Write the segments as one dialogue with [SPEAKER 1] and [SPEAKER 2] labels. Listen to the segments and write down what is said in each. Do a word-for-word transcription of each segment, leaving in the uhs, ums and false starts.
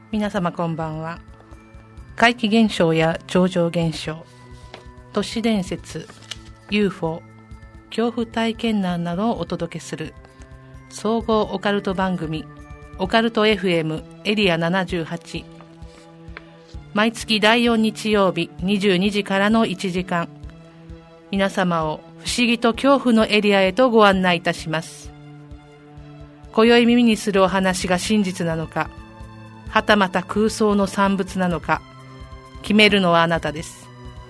[SPEAKER 1] 皆様こんばんは。怪奇現象や超常現象、都市伝説、 ユーフォー、 恐怖体験談などをお届けする総合オカルト番組オカルト エフエム エリアななじゅうはち、毎月だいよん日曜日にじゅうにじからのいちじかん、皆様を不思議と恐怖のエリアへとご案内いたします。今宵耳にするお話が真実なのか、はたまた空想の産物なのか、決めるのはあなたです。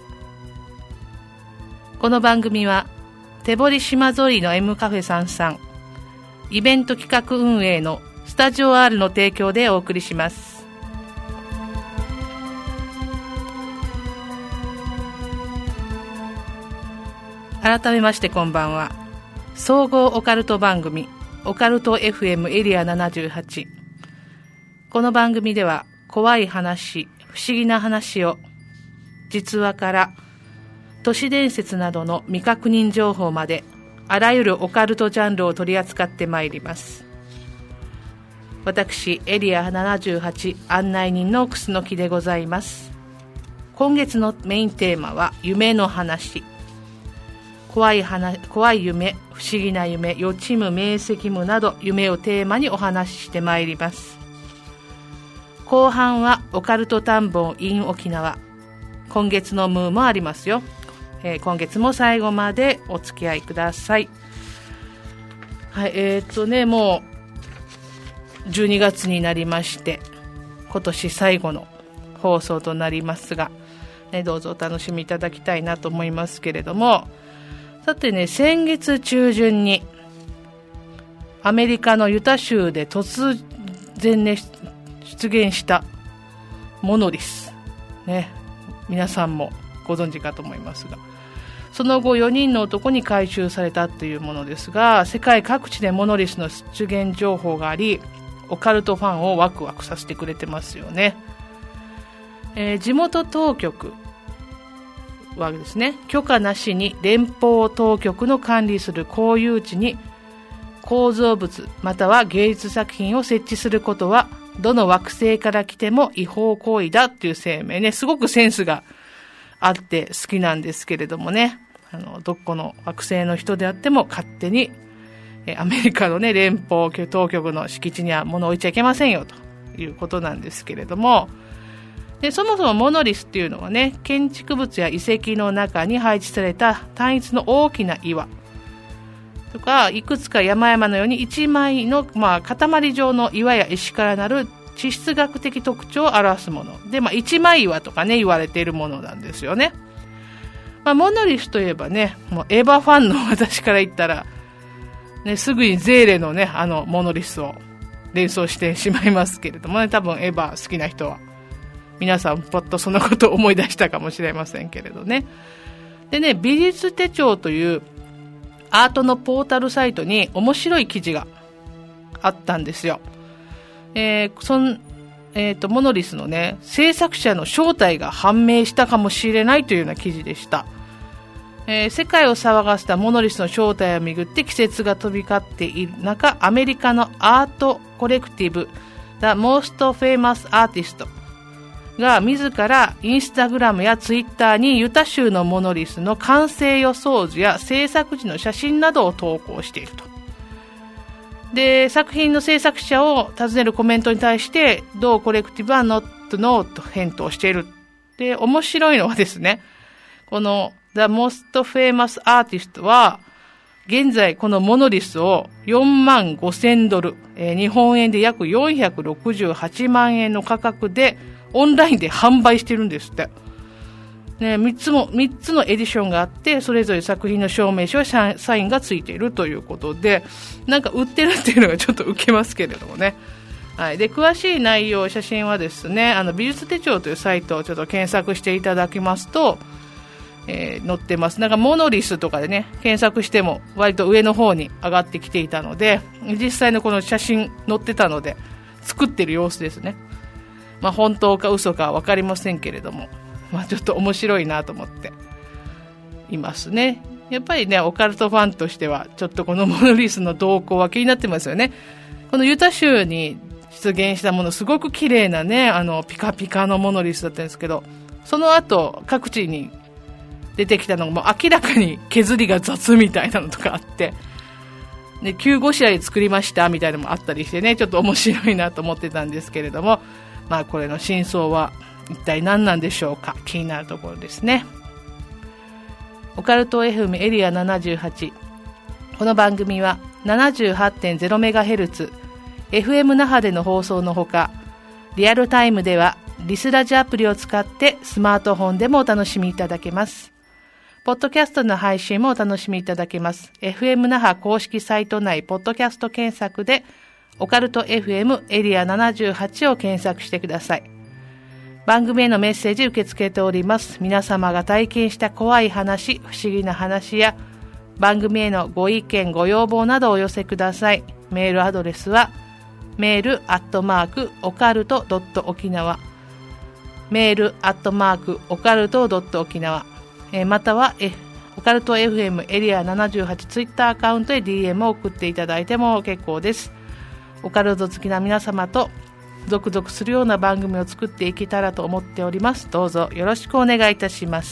[SPEAKER 1] この番組は手堀島沿いの M カフェさんさん、イベント企画運営のスタジオ R の提供でお送りします。改めましてこんばんは。総合オカルト番組オカルト エフエム エリアななじゅうはち、この番組では怖い話、不思議な話を実話から都市伝説などの未確認情報まで、あらゆるオカルトジャンルを取り扱ってまいります。私エリアななじゅうはち案内人の楠木でございます。今月のメインテーマは夢の話。怖い話、怖い夢、不思議な夢、予知夢、明晰夢など夢をテーマにお話ししてまいります。後半はオカルト探訪 in 沖縄。今月のムーもありますよ。えー、今月も最後までお付き合いください。はい、えー、っとね、もうじゅうにがつになりまして、今年最後の放送となりますが、ね、どうぞお楽しみいただきたいなと思いますけれども、さてね、先月中旬にアメリカのユタ州で突然ね出現したモノリス、ね、皆さんもご存知かと思いますが、その後よにんの男に回収されたというものですが、世界各地でモノリスの出現情報があり、オカルトファンをワクワクさせてくれてますよね。えー、地元当局はですね、許可なしに連邦当局の管理する公有地に構造物または芸術作品を設置することはどの惑星から来ても違法行為だっていう声明ね、すごくセンスがあって好きなんですけれどもね、あのどこの惑星の人であっても勝手にえアメリカのね連邦当局の敷地には物を置いちゃいけませんよということなんですけれども、でそもそもモノリスっていうのはね、建築物や遺跡の中に配置された単一の大きな岩とか、いくつか山々のように一枚の、まあ、塊状の岩や石からなる地質学的特徴を表すもので、まあ、一枚岩とかね言われているものなんですよね。まあ、モノリスといえばね、もうエヴァファンの私から言ったら、ね、すぐにゼーレのねあのモノリスを連想してしまいますけれどもね、多分エヴァ好きな人は皆さんポッとそのことを思い出したかもしれませんけれどね。でね、美術手帳というアートのポータルサイトに面白い記事があったんですよ。えー、そん、えーと、モノリスのね、制作者の正体が判明したかもしれないというような記事でした。えー、世界を騒がせたモノリスの正体をめぐって季節が飛び交っている中、アメリカのアートコレクティブ The Most Famous Artistが自らインスタグラムやツイッターにユタ州のモノリスの完成予想図や制作時の写真などを投稿していると。で、作品の制作者を尋ねるコメントに対して同コレクティブは not no と返答している。で、面白いのはですね、この The Most Famous Artist は現在このモノリスをよんまんごせんドル、えー、日本円で約よんひゃくろくじゅうはちまんえんの価格でオンラインで販売してるんですって。ね、みっつも、みっつのエディションがあって、それぞれ作品の証明書やサインがついているということで、なんか売ってるっていうのがちょっと受けますけれどもね。はい。で、詳しい内容、写真はですね、あの、美術手帳というサイトをちょっと検索していただきますと、えー、載ってます。なんかモノリスとかでね、検索しても割と上の方に上がってきていたので、実際のこの写真載ってたので、作ってる様子ですね。まあ、本当か嘘か分かりませんけれども、まあ、ちょっと面白いなと思っていますね。やっぱりね、オカルトファンとしてはちょっとこのモノリスの動向は気になってますよね。このユタ州に出現したもの、すごく綺麗なね、あのピカピカのモノリスだったんですけど、その後各地に出てきたのがもう明らかに削りが雑みたいなのとかあって、できゅうご試合作りましたみたいなのもあったりしてね、ちょっと面白いなと思ってたんですけれども、まあこれの真相は一体何なんでしょうか。気になるところですね。オカルト エフエム エリアななじゅうはち、この番組は ななじゅうはちてんゼロメガヘルツ エフエム 那覇での放送のほか、リアルタイムではリスラジアプリを使ってスマートフォンでもお楽しみいただけます。ポッドキャストの配信もお楽しみいただけます。エフエム 那覇公式サイト内ポッドキャスト検索でオカルト エフエム エリアななじゅうはちを検索してください。番組へのメッセージ受け付けております。皆様が体験した怖い話、不思議な話や番組へのご意見ご要望などをお寄せください。メールアドレスはメールアットマークオカルトドット沖縄、メールアットマークオカルトドット沖縄、えー、または、F、オカルト エフエム エリアななじゅうはちツイッターアカウントへ ディーエム を送っていただいても結構です。オカルト好きな皆様とゾクゾクするような番組を作っていけたらと思っております。どうぞよろしくお願いいたします。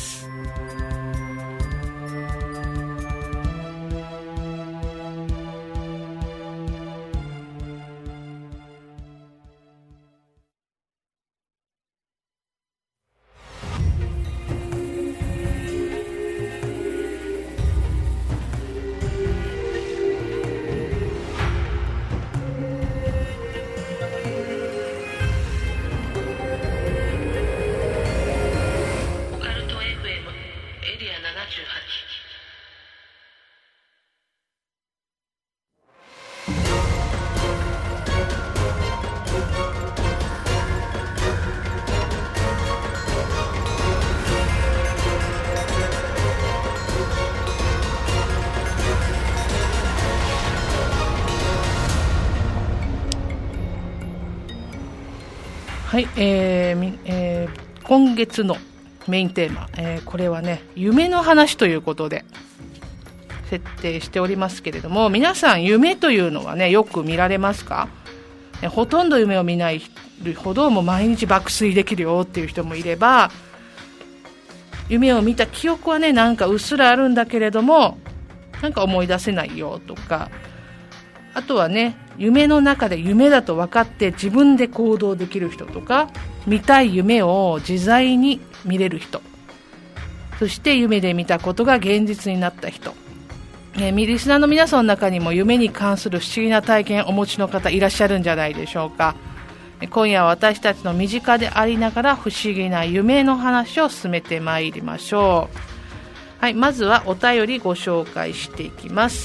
[SPEAKER 1] はい、えーえー、今月のメインテーマ、えー、これはね、夢の話ということで設定しておりますけれども、皆さん夢というのはね、よく見られますか？えほとんど夢を見ないほどもう毎日爆睡できるよっていう人もいれば、夢を見た記憶はね、なんかうっすらあるんだけれどもなんか思い出せないよとか、あとはね、夢の中で夢だと分かって自分で行動できる人とか、見たい夢を自在に見れる人、そして夢で見たことが現実になった人、えー、リスナーの皆さんの中にも夢に関する不思議な体験をお持ちの方いらっしゃるんじゃないでしょうか。今夜は私たちの身近でありながら不思議な夢の話を進めてまいりましょう。はい、まずはお便りご紹介していきます。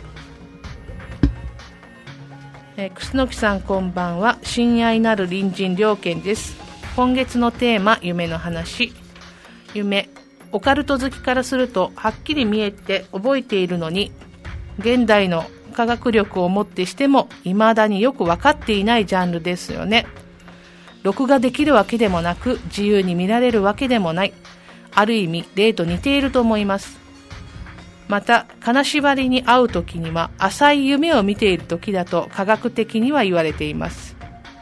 [SPEAKER 1] えー、楠木さんこんばんは。親愛なる隣人良健です。今月のテーマ、夢の話。夢、オカルト好きからするとはっきり見えて覚えているのに、現代の科学力をもってしても未だによく分かっていないジャンルですよね。録画できるわけでもなく、自由に見られるわけでもない。ある意味霊と似ていると思います。また金縛りに会う時には浅い夢を見ている時だと科学的には言われています。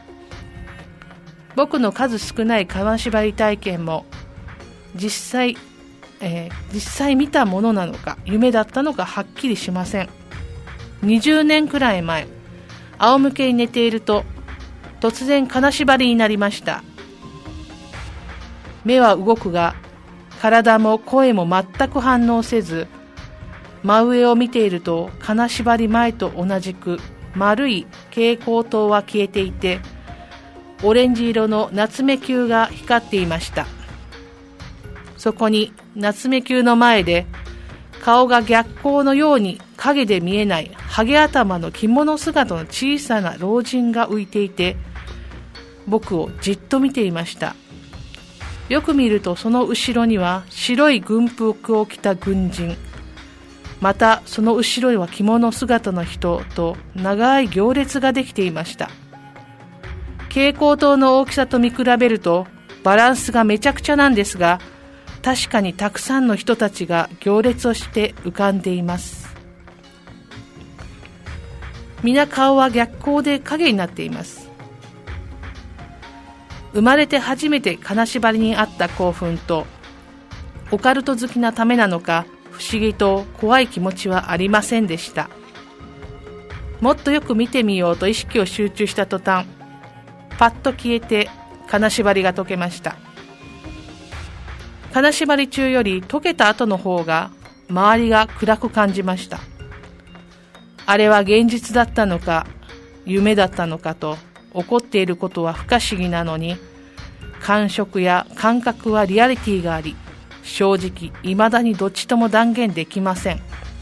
[SPEAKER 1] 僕の数少ない金縛り体験も実際、えー、実際見たものなのか夢だったのかはっきりしません。にじゅうねんくらい前、仰向けに寝ていると突然金縛りになりました。目は動くが体も声も全く反応せず、真上を見ていると金縛り前と同じく丸い蛍光灯は消えていて、オレンジ色の夏目球が光っていました。そこに夏目球の前で顔が逆光のように影で見えないハゲ頭の着物姿の小さな老人が浮いていて、僕をじっと見ていました。よく見るとその後ろには白い軍服を着た軍人、またその後ろには着物姿の人と長い行列ができていました。蛍光灯の大きさと見比べるとバランスがめちゃくちゃなんですが、確かにたくさんの人たちが行列をして浮かんでいます。皆顔は逆光で影になっています。 生まれて初めて金縛りにあった興奮と、オカルト好きなためなのか、不思議と怖い気持ちはありませんでした。もっとよく見てみようと意識を集中した途端、パッと消えて金縛りが解けました。金縛り中より解けた後の方が周りが暗く感じました。あれは現実だったのか夢だったのかと、起こっていることは不可思議なのに、感触や感覚はリアリティがあり、正直未だにどっちとも断言できません。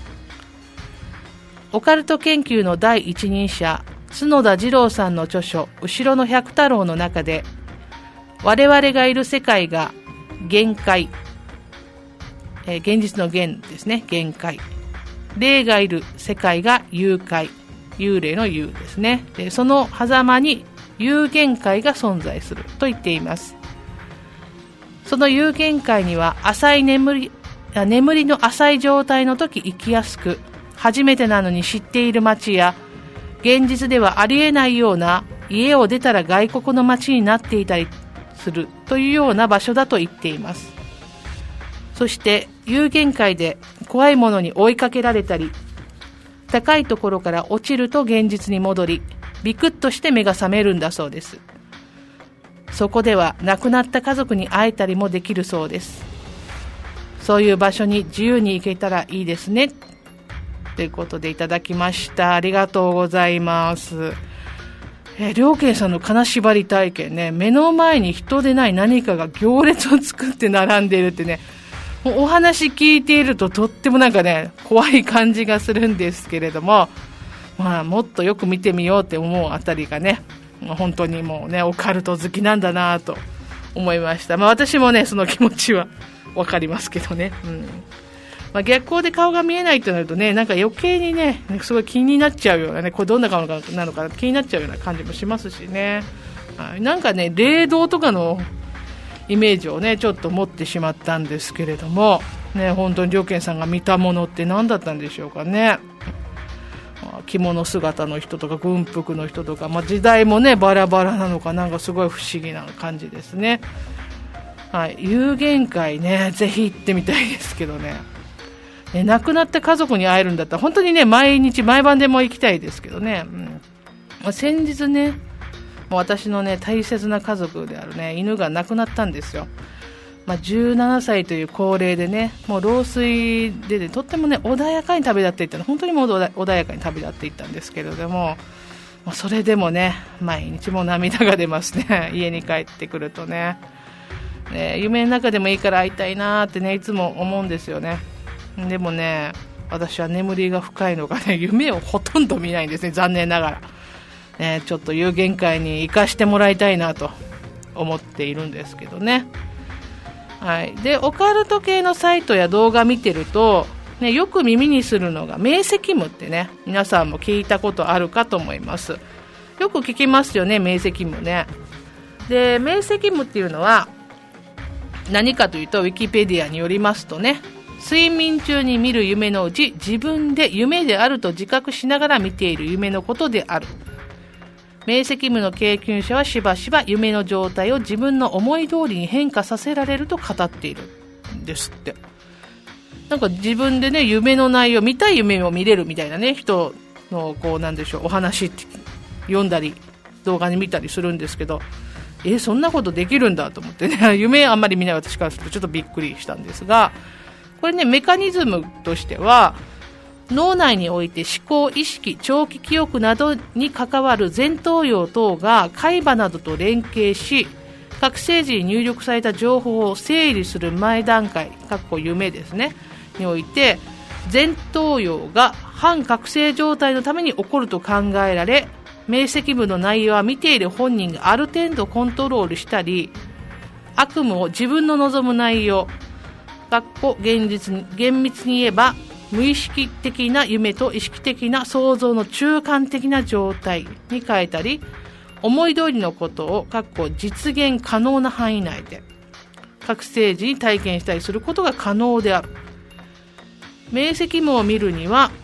[SPEAKER 1] オカルト研究の第一人者角田二郎さんの著書後ろの百太郎の中で、我々がいる世界が限界、えー、現実の限ですね、限界、霊がいる世界が幽界、幽霊の幽ですね。でその狭間に有限界が存在すると言っています。その有限界には浅い眠り眠りの浅い状態の時生きやすく、初めてなのに知っている街や現実ではありえないような家を出たら外国の街になっていたりするというような場所だと言っています。そして有限界で怖いものに追いかけられたり、高いところから落ちると現実に戻り、ビクッとして目が覚めるんだそうです。そこでは亡くなった家族に会えたりもできるそうです。そういう場所に自由に行けたらいいですね、ということでいただきました。ありがとうございます。え良慶さんの金縛り体験ね、目の前に人でない何かが行列を作って並んでいるってね、お話聞いているととってもなんかね怖い感じがするんですけれども、まあ、もっとよく見てみようって思うあたりがね、本当にもうねオカルト好きなんだなと思いました。まあ、私もねその気持ちはわかりますけどね、うんまあ、逆光で顔が見えないとなるとね、なんか余計にねすごい気になっちゃうようなね、これどんな顔なのか気になっちゃうような感じもしますしね、はい、なんかね霊道とかのイメージをねちょっと持ってしまったんですけれどもね、本当に良健さんが見たものって何だったんでしょうかね。着物姿の人とか軍服の人とか、まあ、時代もねバラバラなのか、なんかすごい不思議な感じですね。はい、有限界ねぜひ行ってみたいですけどね、ね亡くなった家族に会えるんだったら本当にね毎日毎晩でも行きたいですけどね、うんまあ、先日ね私のね大切な家族であるね犬が亡くなったんですよ。まあ、じゅうななさいという高齢でね、もう老衰で、ね、とってもね穏やかに旅立っていったの、本当にもう穏やかに旅立っていったんですけれども、まあ、それでもね毎日も涙が出ますね家に帰ってくると ね, ね夢の中でもいいから会いたいなってねいつも思うんですよね。でもね私は眠りが深いのがね夢をほとんど見ないんですね、残念ながら、ね、ちょっと有限界に行かしてもらいたいなと思っているんですけどね。はい、でオカルト系のサイトや動画見てると、ね、よく耳にするのが明晰夢ってね、皆さんも聞いたことあるかと思います。よく聞きますよね明晰夢ね。で明晰夢っていうのは何かというと、ウィキペディアによりますとね、睡眠中に見る夢のうち自分で夢であると自覚しながら見ている夢のことである。明晰夢の経験者はしばしば夢の状態を自分の思い通りに変化させられると語っているんですって。なんか自分でね夢の内容、見たい夢を見れるみたいなね、人のこうなんでしょうお話って読んだり動画に見たりするんですけど、えそんなことできるんだと思ってね夢あんまり見ない私からするとちょっとびっくりしたんですが、これねメカニズムとしては脳内において思考、意識、長期記憶などに関わる前頭葉等が海馬などと連携し、覚醒時に入力された情報を整理する前段階、かっこ夢ですねにおいて、前頭葉が反覚醒状態のために起こると考えられ、明晰夢の内容は見ている本人がある程度コントロールしたり、悪夢を自分の望む内容、かっこ現実に厳密に言えば無意識的な夢と意識的な想像の中間的な状態に変えたり、思い通りのことをかっこ実現可能な範囲内で覚醒時に体験したりすることが可能である。明晰夢を見るには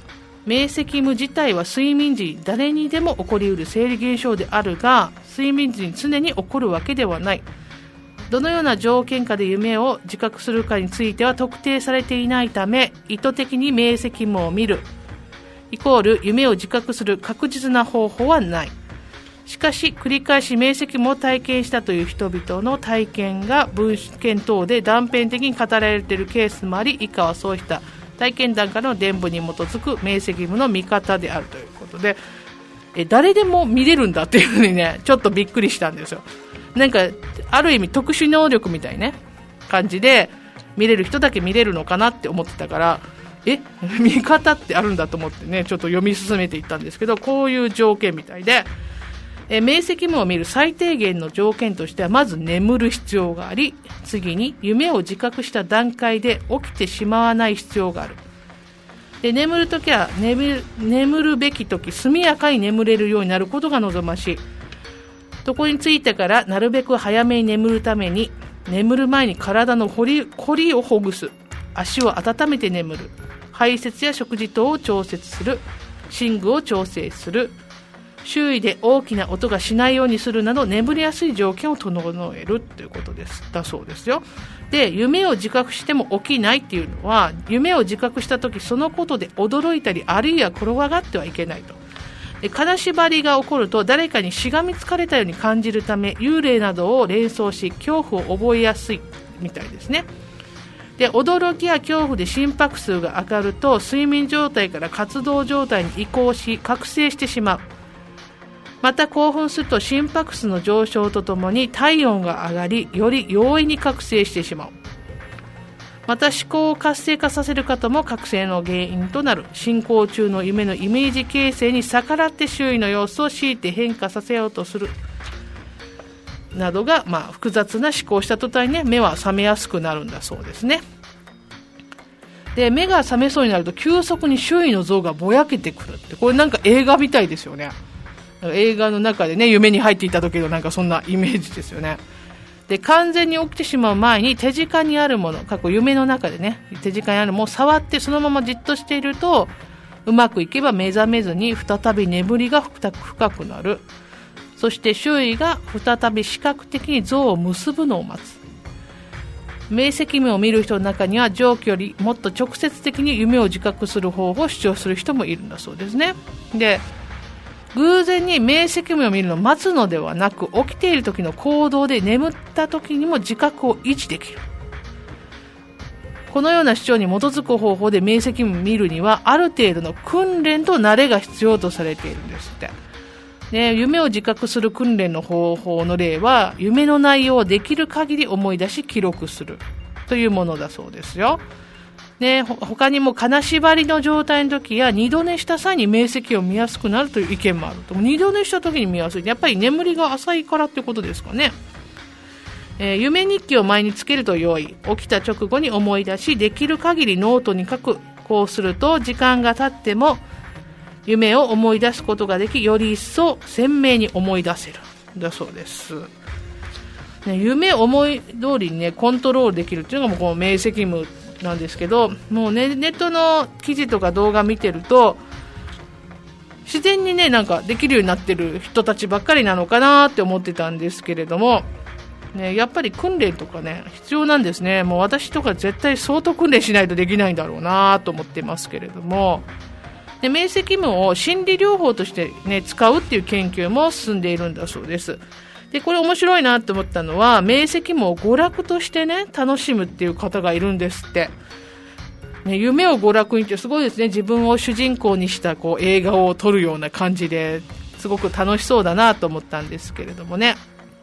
[SPEAKER 1] 明晰夢自体は睡眠時に誰にでも起こりうる生理現象であるが、睡眠時に常に起こるわけではない。どのような条件下で夢を自覚するかについては特定されていないため、意図的に明晰夢を見るイコール夢を自覚する確実な方法はない。しかし繰り返し明晰夢を体験したという人々の体験が文献等で断片的に語られているケースもあり、以下はそうした体験談からの伝聞に基づく明晰夢の見方であるということで、え誰でも見れるんだっていうふうにね、ちょっとびっくりしたんですよ。なんかある意味特殊能力みたいね感じで、見れる人だけ見れるのかなって思ってたから、え見方ってあるんだと思ってね、ちょっと読み進めていったんですけど、こういう条件みたいで、え明晰夢を見る最低限の条件としては、まず眠る必要があり、次に夢を自覚した段階で起きてしまわない必要がある。で眠るときは 眠, 眠るべきとき速やかに眠れるようになることが望ましい。床についてからなるべく早めに眠るために、眠る前に体のこり、こりをほぐす、足を温めて眠る、排泄や食事等を調節する、寝具を調整する、周囲で大きな音がしないようにするなど眠りやすい条件を整えるということですだそうですよ。で夢を自覚しても起きないっていうのは、夢を自覚したときそのことで驚いたり、あるいは転がってはいけないと。で金縛りが起こると誰かにしがみつかれたように感じるため、幽霊などを連想し恐怖を覚えやすいみたいですね。で驚きや恐怖で心拍数が上がると、睡眠状態から活動状態に移行し覚醒してしまう。また興奮すると心拍数の上昇とともに体温が上がり、より容易に覚醒してしまう。また思考を活性化させる方も覚醒の原因となる。進行中の夢のイメージ形成に逆らって周囲の様子を強いて変化させようとするなどが、まあ、複雑な思考をした途端に、ね、目は覚めやすくなるんだそうですね。で目が覚めそうになると急速に周囲の像がぼやけてくるって、これなんか映画みたいですよね。映画の中でね、夢に入っていた時のなんかそんなイメージですよね。で完全に起きてしまう前に手近にあるもの、過去夢の中でね手近にあるものを触ってそのままじっとしていると、うまくいけば目覚めずに再び眠りが深くなる。そして周囲が再び視覚的に像を結ぶのを待つ。明晰夢を見る人の中には上記よりもっと直接的に夢を自覚する方法を主張する人もいるんだそうですね。で偶然に明晰夢を見るのを待つのではなく、起きている時の行動で眠った時にも自覚を維持できる。このような主張に基づく方法で明晰夢を見るには、ある程度の訓練と慣れが必要とされているんですって。で夢を自覚する訓練の方法の例は、夢の内容をできる限り思い出し記録するというものだそうですよ。ね、他にも金縛りの状態の時や二度寝した際に明晰を見やすくなるという意見もあると。二度寝した時に見やすい、やっぱり眠りが浅いからってことですかね。えー、夢日記を前につけると良い。起きた直後に思い出し、できる限りノートに書く。こうすると時間が経っても夢を思い出すことができ、より一層鮮明に思い出せるだそうです。ね、夢を思い通りにねコントロールできるっていうのがもうこの明晰夢なんですけど、もうねネットの記事とか動画見てると自然にねなんかできるようになってる人たちばっかりなのかなって思ってたんですけれども、ね、やっぱり訓練とかね必要なんですね。もう私とか絶対相当訓練しないとできないんだろうなと思ってますけれども、で明晰夢を心理療法として、ね、使うっていう研究も進んでいるんだそうです。でこれ面白いなと思ったのは、明晰夢を娯楽としてね楽しむっていう方がいるんですって、ね、夢を娯楽にってすごいですね。自分を主人公にしたこう映画を撮るような感じですごく楽しそうだなと思ったんですけれどもね。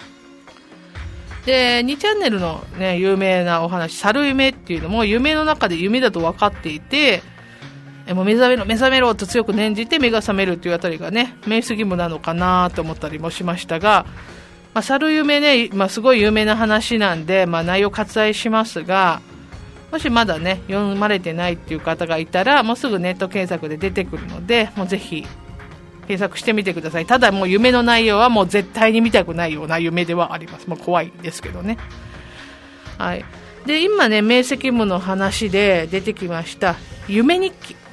[SPEAKER 1] でにチャンネルの、ね、有名なお話、猿夢っていうのも夢の中で夢だと分かっていて、もう目覚めろ目覚めろと強く念じて目が覚めるっていうあたりがね明晰夢なのかなと思ったりもしましたが、まあ、猿夢ね、まあ、すごい有名な話なんで、まあ、内容割愛しますが、もしまだね読まれてないっていう方がいたらもうすぐネット検索で出てくるので、もうぜひ検索してみてください。ただもう夢の内容はもう絶対に見たくないような夢ではあります。もう怖いですけどね。はい。で今ね明晰夢の話で出てきました夢日記、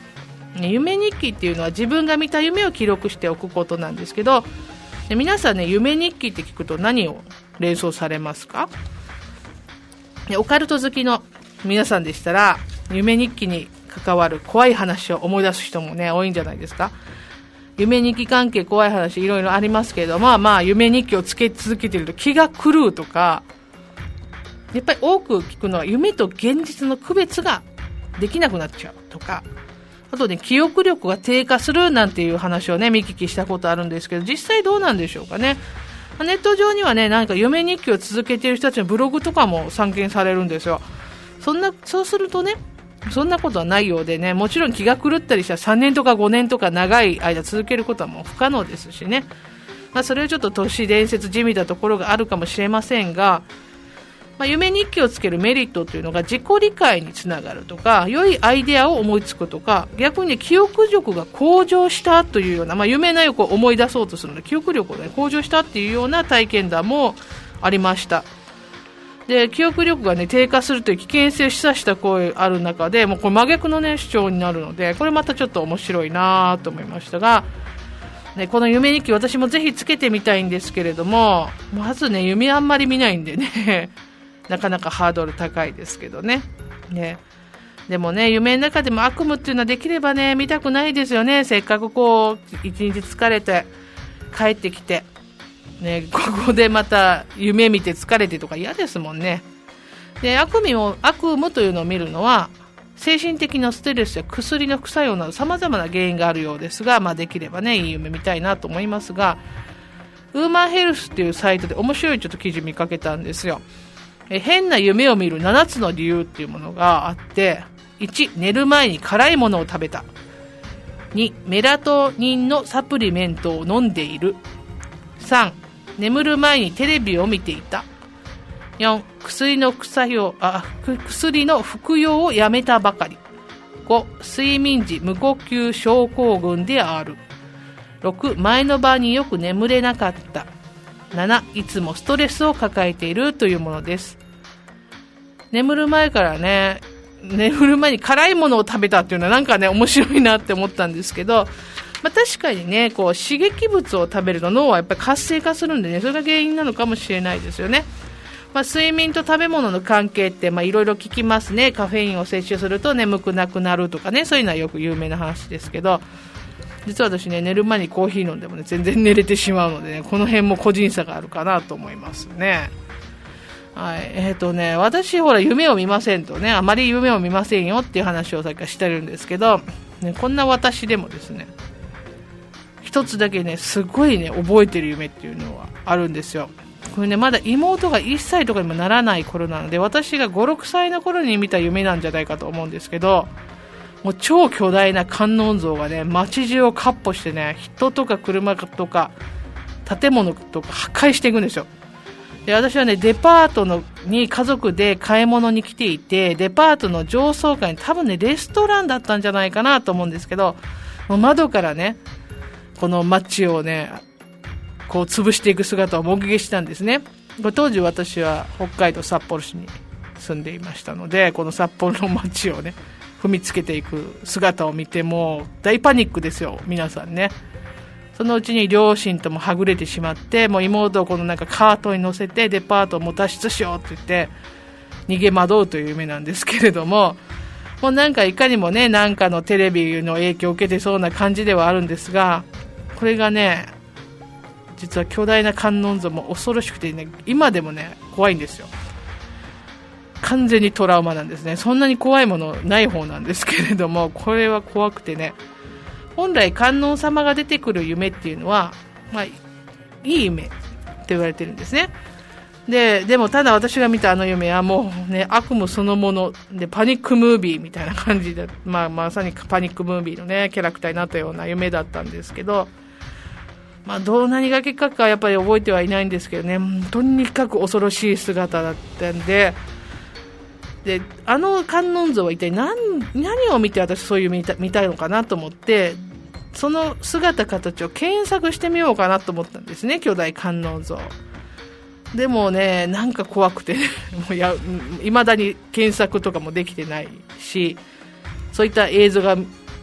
[SPEAKER 1] 夢日記っていうのは自分が見た夢を記録しておくことなんですけど、で皆さんね、夢日記って聞くと何を連想されますか？でオカルト好きの皆さんでしたら、夢日記に関わる怖い話を思い出す人もね、多いんじゃないですか。夢日記関係怖い話いろいろありますけれども、まあ夢日記をつけ続けていると気が狂うとか、やっぱり多く聞くのは夢と現実の区別ができなくなっちゃうとか、あとね、記憶力が低下するなんていう話をね、見聞きしたことあるんですけど、実際どうなんでしょうかね。ネット上にはね、なんか夢日記を続けている人たちのブログとかも散見されるんですよ。そんな、そうするとね、そんなことはないようでね、もちろん気が狂ったりしたらさんねんとかごねんとか長い間続けることはもう不可能ですしね。まあ、それはちょっと都市伝説じみたところがあるかもしれませんが、まあ、夢日記をつけるメリットというのが自己理解につながるとか、良いアイデアを思いつくとか、逆に、ね、記憶力が向上したというような、まあ、夢内容を思い出そうとするので記憶力が、ね、向上したっていうような体験談もありました。で記憶力が、ね、低下するという危険性を示唆した声ある中で、もうこれ真逆の、ね、主張になるので、これまたちょっと面白いなと思いましたが、ね、この夢日記私もぜひつけてみたいんですけれども、まずね、夢あんまり見ないんでねなかなかハードル高いですけどね。ね。でもね、夢の中でも悪夢っていうのはできればね、見たくないですよね。せっかくこう、一日疲れて帰ってきて、ね、ここでまた夢見て疲れてとか嫌ですもんね。で、悪夢も、悪夢というのを見るのは、精神的なストレスや薬の副作用など様々な原因があるようですが、まあできればね、いい夢見たいなと思いますが、ウーマンヘルスっていうサイトで面白いちょっと記事見かけたんですよ。え変な夢を見るななつの理由っていうものがあって、いち、寝る前に辛いものを食べた。に、メラトニンのサプリメントを飲んでいる。さん、眠る前にテレビを見ていた。よん、薬の副作用、あ、薬の服用をやめたばかり。ご、睡眠時無呼吸症候群である。ろく、前の晩によく眠れなかった。なな、いつもストレスを抱えているというものです。眠る前からね、眠る前に辛いものを食べたっていうのはなんかね、面白いなって思ったんですけど、まあ、確かにね、こう刺激物を食べると脳はやっぱり活性化するんでね、それが原因なのかもしれないですよね。まあ、睡眠と食べ物の関係っていろいろ聞きますね。カフェインを摂取すると眠くなくなるとかね、そういうのはよく有名な話ですけど、実は私ね、寝る前にコーヒー飲んでもね、全然寝れてしまうのでね、この辺も個人差があるかなと思いますね。はい、えっとね、私ほら夢を見ませんとね、あまり夢を見ませんよっていう話をさっきからしてるんですけど、ね、こんな私でもですね、一つだけね、すごいね、覚えてる夢っていうのはあるんですよ。これね、まだ妹がいっさいとかにもならない頃なので、私がご、ろくさいの頃に見た夢なんじゃないかと思うんですけど、もう超巨大な観音像がね、街中を闊歩してね、人とか車とか建物とか破壊していくんですよ。で、私はね、デパートのに家族で買い物に来ていて、デパートの上層階に多分ね、レストランだったんじゃないかなと思うんですけど、もう窓からね、この街をね、こう潰していく姿を目撃したんですね。当時私は北海道札幌市に住んでいましたので、この札幌の街をね、踏みつけていく姿を見ても大パニックですよ、皆さんね。そのうちに両親ともはぐれてしまって、もう妹をこのなんかカートに乗せてデパートをも脱出しようって言って逃げ惑うという夢なんですけれども、もうなんかいかにもね、なんかのテレビの影響を受けてそうな感じではあるんですが、これがね、実は巨大な観音像も恐ろしくてね、今でもね、怖いんですよ。完全にトラウマなんですね。そんなに怖いものない方なんですけれども、これは怖くてね、本来観音様が出てくる夢っていうのは、まあ、いい夢って言われてるんですね。で、でもただ私が見たあの夢はもうね、悪夢そのもので、パニックムービーみたいな感じで、まあまさにパニックムービーのね、キャラクターになったような夢だったんですけど、まあ、どう何が結果かやっぱり覚えてはいないんですけどね、とにかく恐ろしい姿だったんで、であの観音像は一体 何, 何を見て私そういう見た見たいのかなと思って、その姿形を検索してみようかなと思ったんですね、巨大観音像。でもね、なんか怖くて、ね、もうや未だに検索とかもできてないし、そういった映像が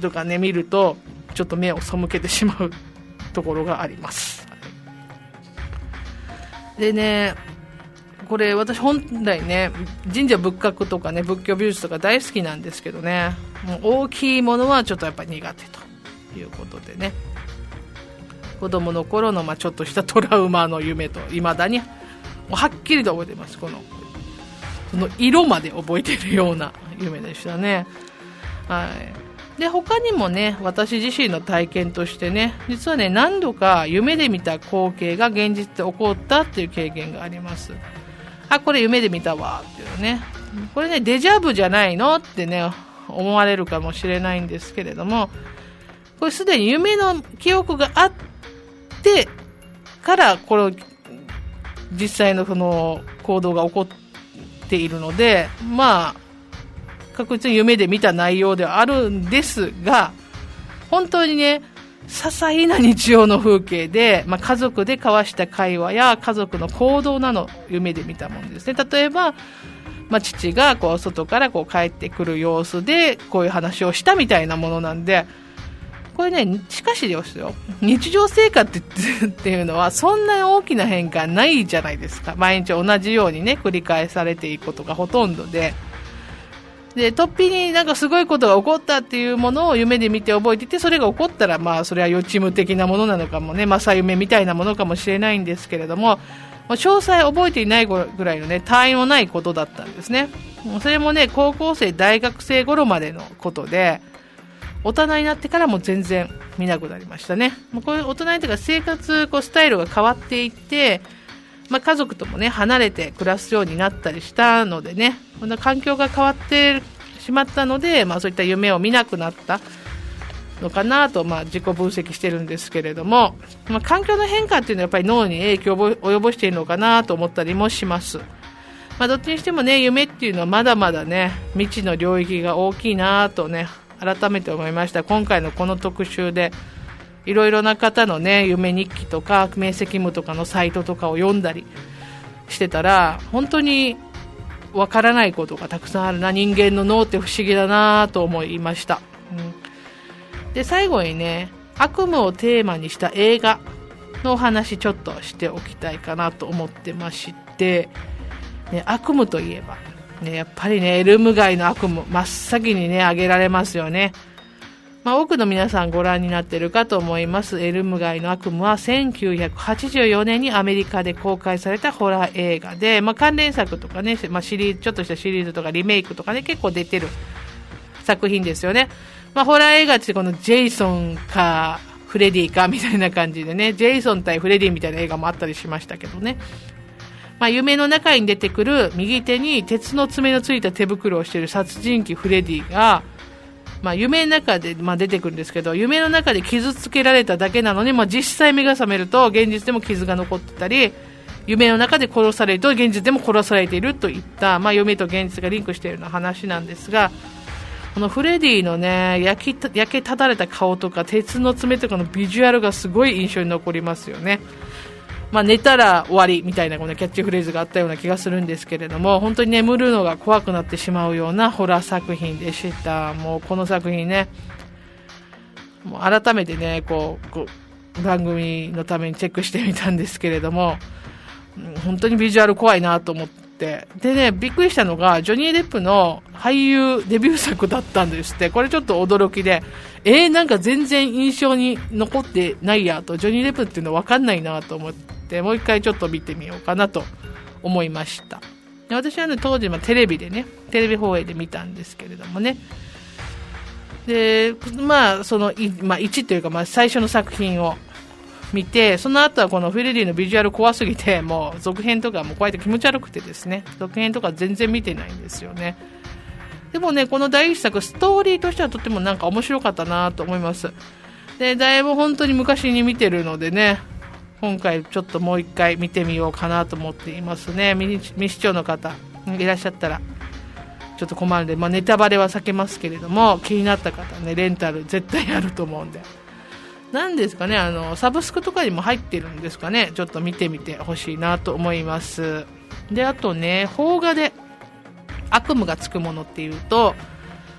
[SPEAKER 1] とかね見るとちょっと目を背けてしまうところがあります。でね、これ私本来ね神社仏閣とかね仏教美術とか大好きなんですけどね、もう大きいものはちょっとやっぱり苦手ということでね、子供の頃のまあちょっとしたトラウマの夢と未だにもうはっきりと覚えてます。このその色まで覚えてるような夢でしたね。はい。で他にもね私自身の体験としてね、実はね何度か夢で見た光景が現実で起こったっていう経験があります。あ、これ夢で見たわっていうね、これねデジャブじゃないのってね思われるかもしれないんですけれども、これすでに夢の記憶があってからこれ実際のその行動が起こっているので、まあ確実に夢で見た内容ではあるんですが、本当にね些細な日常の風景で、まあ、家族で交わした会話や家族の行動など夢で見たものですね。例えば、まあ、父がこう外からこう帰ってくる様子でこういう話をしたみたいなものなんで、これねしかしですよ、日常生活っていうのはそんな大きな変化ないじゃないですか。毎日同じようにね繰り返されていくことがほとんどで、で突飛になんかすごいことが起こったっていうものを夢で見て覚えていて、それが起こったらまあそれは予知夢的なものなのかもね、正夢みたいなものかもしれないんですけれども、詳細覚えていないぐらいのね他愛もないことだったんですね。それもね高校生大学生頃までのことで、大人になってからも全然見なくなりましたね。もうこういう大人になってから生活こうスタイルが変わっていって、まあ、家族ともね離れて暮らすようになったりしたのでね、こんな環境が変わってしまったので、まあ、そういった夢を見なくなったのかなと、まあ、自己分析してるんですけれども、まあ、環境の変化っていうのはやっぱり脳に影響を及ぼしているのかなと思ったりもします。まあ、どっちにしてもね夢っていうのはまだまだね未知の領域が大きいなとね改めて思いました。今回のこの特集でいろいろな方のね夢日記とか明晰夢とかのサイトとかを読んだりしてたら、本当にわからないことがたくさんあるな、人間の脳って不思議だなと思いました、うん、で最後にね悪夢をテーマにした映画のお話ちょっとしておきたいかなと思ってまして、ね、悪夢といえばね、やっぱりねエルム街の悪夢真っ先にね挙げられますよね。まあ、多くの皆さんご覧になっているかと思います。エルム街の悪夢はせんきゅうひゃくはちじゅうよねんにアメリカで公開されたホラー映画で、まあ、関連作とかね、まあ、シリーズちょっとしたシリーズとかリメイクとかね結構出てる作品ですよね。まあ、ホラー映画ってこのジェイソンかフレディかみたいな感じでね、ジェイソン対フレディみたいな映画もあったりしましたけどね、まあ、夢の中に出てくる右手に鉄の爪のついた手袋をしている殺人鬼フレディが、まあ、夢の中で、まあ、出てくるんですけど、夢の中で傷つけられただけなのに、まあ、実際目が覚めると現実でも傷が残ってたり、夢の中で殺されると現実でも殺されているといった、まあ、夢と現実がリンクしているような話なんですが、このフレディのね焼き焼けただれた顔とか鉄の爪とかのビジュアルがすごい印象に残りますよね。まあ、寝たら終わりみたいなこのキャッチフレーズがあったような気がするんですけれども、本当に眠るのが怖くなってしまうようなホラー作品でした。もうこの作品ね、もう改めてねこうこう番組のためにチェックしてみたんですけれども、本当にビジュアル怖いなと思って、でねびっくりしたのがジョニー・デップの俳優デビュー作だったんですって。これちょっと驚きで、えー、なんか全然印象に残ってないやと、ジョニー・デップっていうの分かんないなと思って、もう一回ちょっと見てみようかなと思いました。で私は、ね、当時、まあ、テレビでねテレビ放映で見たんですけれどもね、でまあその、まあ、いちというか、まあ、最初の作品を見て、その後はこのフレディのビジュアル怖すぎて、もう続編とかもこうやって気持ち悪くてですね、続編とか全然見てないんですよね。でもねこの第一作ストーリーとしてはとてもなんか面白かったなと思います。でだいぶ本当に昔に見てるのでね、今回ちょっともう一回見てみようかなと思っていますね。未視聴の方いらっしゃったらちょっと困るので、まあ、ネタバレは避けますけれども、気になった方はねレンタル絶対あると思うんで、なんですかね、あのサブスクとかにも入ってるんですかね、ちょっと見てみてほしいなと思います。であとね邦画で悪夢がつくものっていうと、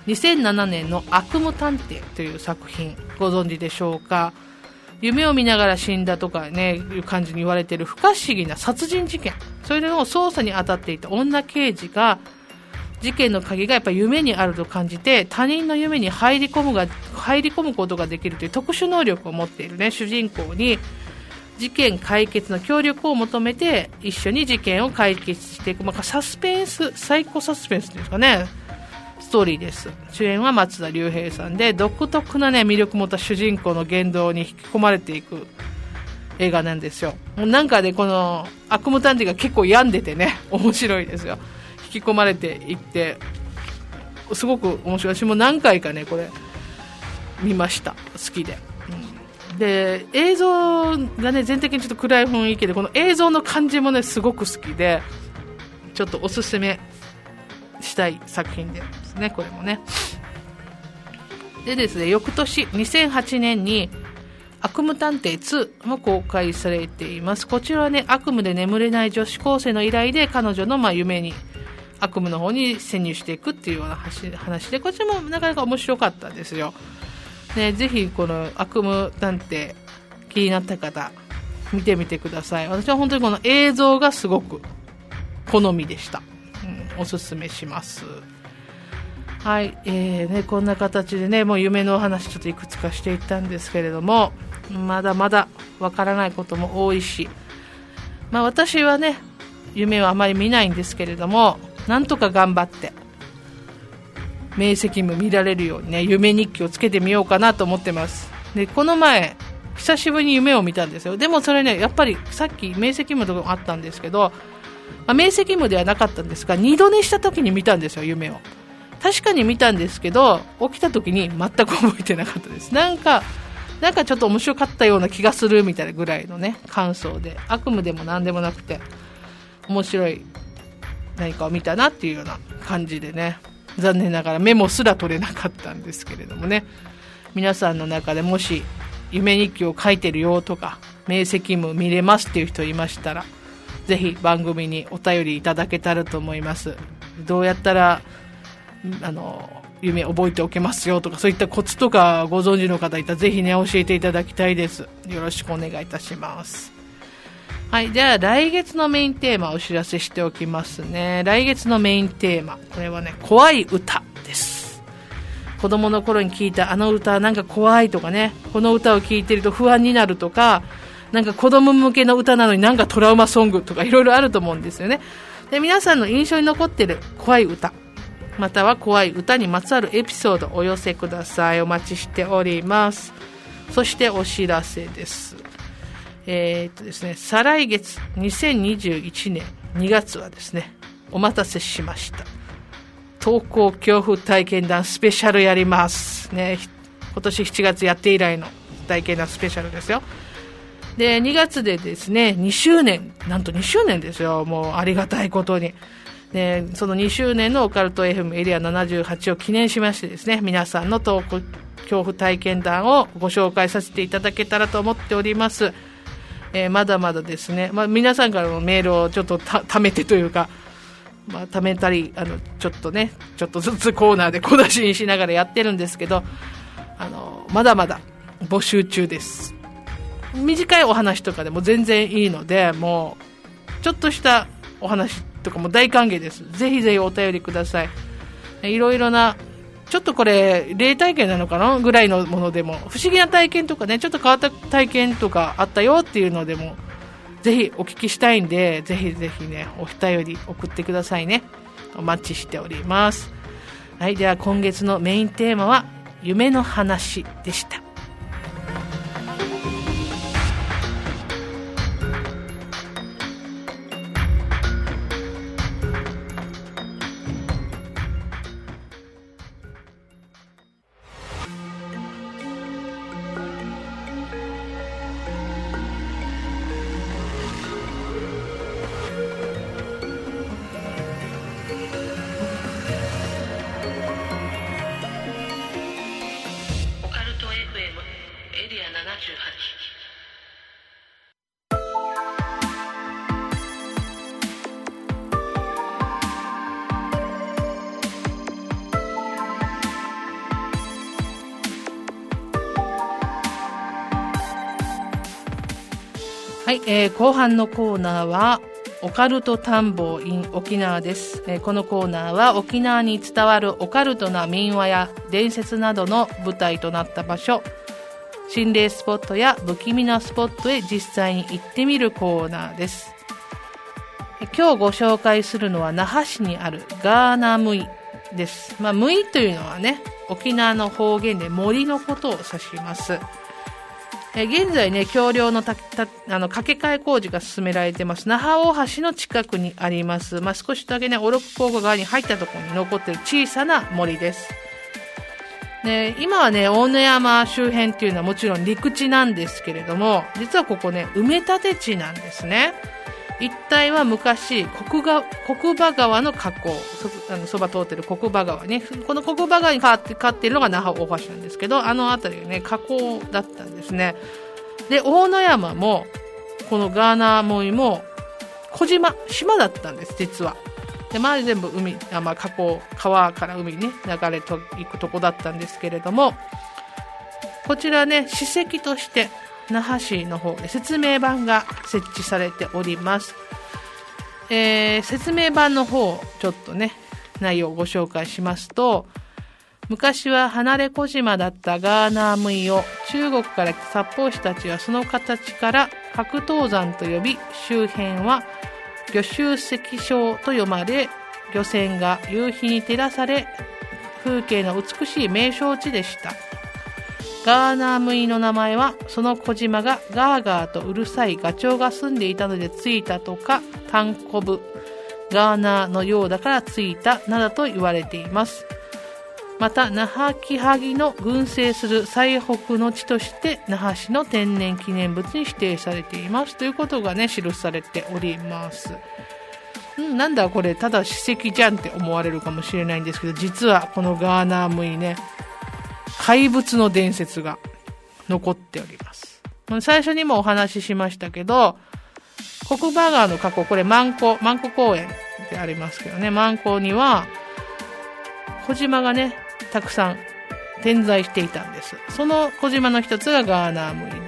[SPEAKER 1] にせんななねんの悪夢探偵という作品ご存知でしょうか。夢を見ながら死んだとかねいう感じに言われている不可思議な殺人事件、それを捜査に当たっていた女刑事が事件の鍵がやっぱり夢にあると感じて他人の夢に入り込むが入り込むことができるという特殊能力を持っている、ね、主人公に事件解決の協力を求めて一緒に事件を解決していく、まあ、サスペンスサイコサスペンスですかねストーリーです。主演は松田龍平さんで、独特な、ね、魅力を持った主人公の言動に引き込まれていく映画なんですよ。なんかねこの悪夢探偵が結構病んでてね面白いですよ。引き込まれていってすごく面白い。私も何回かねこれ見ました。好きで、うん、で映像がね全体的にちょっと暗い雰囲気でこの映像の感じもねすごく好きでちょっとおすすめしたい作品ですねこれもね。でですね翌年にせんはちねんに悪夢探偵ツーも公開されています。こちらはね悪夢で眠れない女子高生の依頼で彼女のまあ夢に悪夢の方に潜入していくっていうような話で、こちらもなかなか面白かったですよ、ね、ぜひこの悪夢探偵気になった方見てみてください。私は本当にこの映像がすごく好みでした、うん、おすすめします。はい、えーね、こんな形でねもう夢のお話ちょっといくつかしていったんですけれども、まだまだわからないことも多いし、まあ、私はね夢はあまり見ないんですけれどもなんとか頑張って明晰夢見られるようにね夢日記をつけてみようかなと思ってます。でこの前久しぶりに夢を見たんですよ。でもそれねやっぱりさっき明晰夢とかもあったんですけど、まあ、明晰夢ではなかったんですが二度寝した時に見たんですよ夢を。確かに見たんですけど起きた時に全く覚えてなかったです。なんかなんかちょっと面白かったような気がするみたいなぐらいのね感想で、悪夢でも何でもなくて面白い何かを見たなっていうような感じでね、残念ながらメモすら取れなかったんですけれどもね、皆さんの中でもし夢日記を書いてるよとか明晰夢見れますっていう人いましたらぜひ番組にお便りいただけたらと思います。どうやったらあの夢覚えておけますよとかそういったコツとかご存知の方いたらぜひね教えていただきたいです。よろしくお願いいたします。はい、では来月のメインテーマをお知らせしておきますね。来月のメインテーマ、これはね怖い歌です。子供の頃に聞いたあの歌なんか怖いとかね、この歌を聞いてると不安になるとか、なんか子供向けの歌なのになんかトラウマソングとかいろいろあると思うんですよね。で皆さんの印象に残ってる怖い歌または怖い歌にまつわるエピソードをお寄せください。お待ちしております。そしてお知らせです。えーっとですね、再来月にせんにじゅういちねんにがつはですね、お待たせしました。登校恐怖体験談スペシャルやりますね。今年しちがつやって以来の体験談スペシャルですよ。でにがつでですねにしゅうねん、なんとにしゅうねんですよ。もうありがたいことにでそのにしゅうねんのオカルト エフエム エリアななじゅうはちを記念しましてですね、皆さんの登校恐怖体験談をご紹介させていただけたらと思っております。えー、まだまだですね、まあ、皆さんからのメールをちょっとた貯めてというか、まあ、貯めたりあのちょっとねちょっとずつコーナーで小出しにしながらやってるんですけど、あのまだまだ募集中です。短いお話とかでも全然いいので、もうちょっとしたお話とかも大歓迎です。ぜひぜひお便りください。いろいろなちょっとこれ霊体験なのかなぐらいのものでも、不思議な体験とかね、ちょっと変わった体験とかあったよっていうのでもぜひお聞きしたいんで、ぜひぜひねお便り送ってくださいね。お待ちしております。はい、では今月のメインテーマは夢の話でした。 はい、えー、後半のコーナーはオカルト探訪 in 沖縄です、えー、このコーナーは沖縄に伝わるオカルトな民話や伝説などの舞台となった場所、心霊スポットや不気味なスポットへ実際に行ってみるコーナーです。えー、今日ご紹介するのは那覇市にあるガーナムイです。まあ、ムイというのはね、沖縄の方言で森のことを指します。え現在ね、橋梁のたたあの架け替え工事が進められています。那覇大橋の近くにあります。まあ、少しだけね、オロク高校側に入ったところに残っている小さな森です。で、今はね、大野山周辺っていうのはもちろん陸地なんですけれども、実はここね、埋め立て地なんですね。一帯は昔国が国場川の河口、そあのそば通ってる国場川ね、この国場川にかかっているのが那覇大橋なんですけど、あの辺りがね河口だったんですね。で、大野山もこのガーナムイも小島島だったんです実は。で、周り全部海、あ、まあ、河口川から海にね流れていくとこだったんですけれども、こちらね史跡として那覇市の方で説明板が設置されております。えー、説明板の方ちょっとね内容をご紹介しますと、昔は離れ小島だったガーナームイを中国から来た札幌市たちはその形から白頭山と呼び、周辺は魚州石礁と読まれ、漁船が夕日に照らされ風景の美しい名勝地でした。ガーナームイの名前はその小島がガーガーとうるさいガチョウが住んでいたのでついたとか、タンコブガーナーのようだからついたなどと言われています。また那覇キハギの群生する最北の地として那覇市の天然記念物に指定されていますということがね記されております。んなんだこれただ史跡じゃんって思われるかもしれないんですけど、実はこのガーナームイね怪物の伝説が残っております。最初にもお話ししましたけど、国場川の河口、これ万湖万湖公園でありますけどね、万湖には小島がねたくさん点在していたんです。その小島の一つがガーナームイ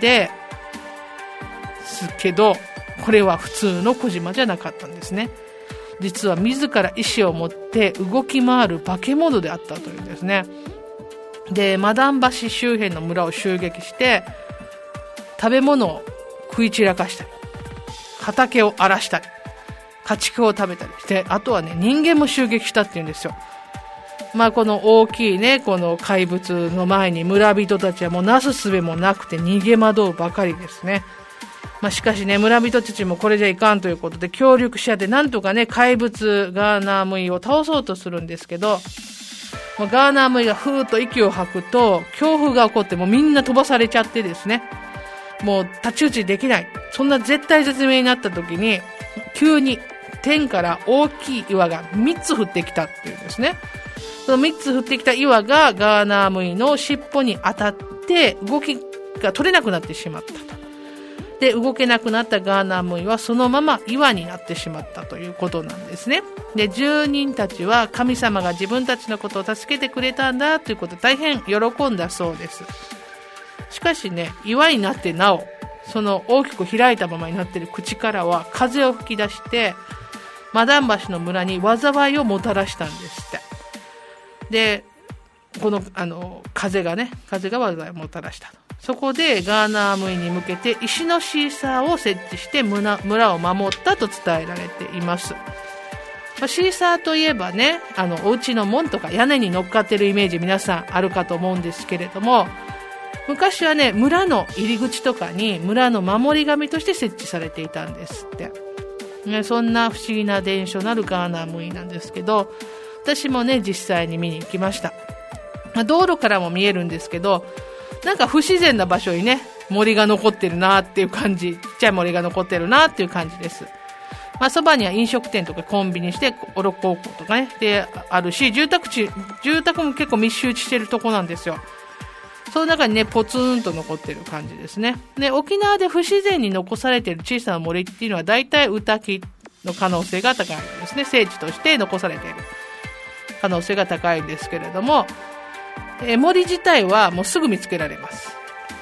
[SPEAKER 1] ですけど、これは普通の小島じゃなかったんですね。実は自ら意志を持って動き回る化け物であったというんですね。で、マダン橋周辺の村を襲撃して食べ物を食い散らかしたり、畑を荒らしたり、家畜を食べたりして、あとはね人間も襲撃したっていうんですよ。まあこの大きいねこの怪物の前に村人たちはもうなすすべもなくて逃げ惑うばかりですね。まあしかしね村人たちもこれじゃいかんということで協力し合ってなんとかね怪物ガーナームイを倒そうとするんですけど、ガーナームイがふーっと息を吐くと強風が起こってもうみんな飛ばされちゃってですね、もう太刀打ちできない、そんな絶対絶命になった時に急に天から大きい岩がみっつ降ってきたっていうんですね。そのみっつ降ってきた岩がガーナームイの尻尾に当たって動きが取れなくなってしまったと。で、動けなくなったガーナームイはそのまま岩になってしまったということなんですね。で、住人たちは神様が自分たちのことを助けてくれたんだということで大変喜んだそうです。しかしね、岩になってなおその大きく開いたままになっている口からは風を吹き出してマダン橋の村に災いをもたらしたんですって。で、このあの風がね風が災いをもたらしたと。そこでガーナームイに向けて石のシーサーを設置して 村, 村を守ったと伝えられています。シーサーといえばね、あのお家の門とか屋根に乗っかってるイメージ皆さんあるかと思うんですけれども、昔はね村の入り口とかに村の守り神として設置されていたんですって、ね、そんな不思議な伝承のあるガーナームイなんですけど、私もね実際に見に行きました。道路からも見えるんですけど、なんか不自然な場所にね森が残ってるなっていう感じ、ちっちゃい森が残ってるなっていう感じです。まあそばには飲食店とかコンビニしてオロ高校とかねであるし、住宅地住宅も結構密集してるとこなんですよ。その中にねポツンと残ってる感じですね。で、沖縄で不自然に残されている小さな森っていうのは大体ウタキの可能性が高いんですね。聖地として残されている可能性が高いんですけれども、え森自体はもうすぐ見つけられます。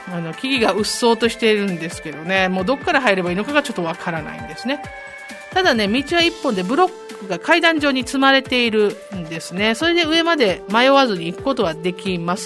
[SPEAKER 1] あの木々がうっそうとしているんですけどね、もうどっから入ればいいのかがちょっとわからないんですね。ただね、道は一本でブロックが階段状に積まれているんですね。それで上まで迷わずに行くことはできます。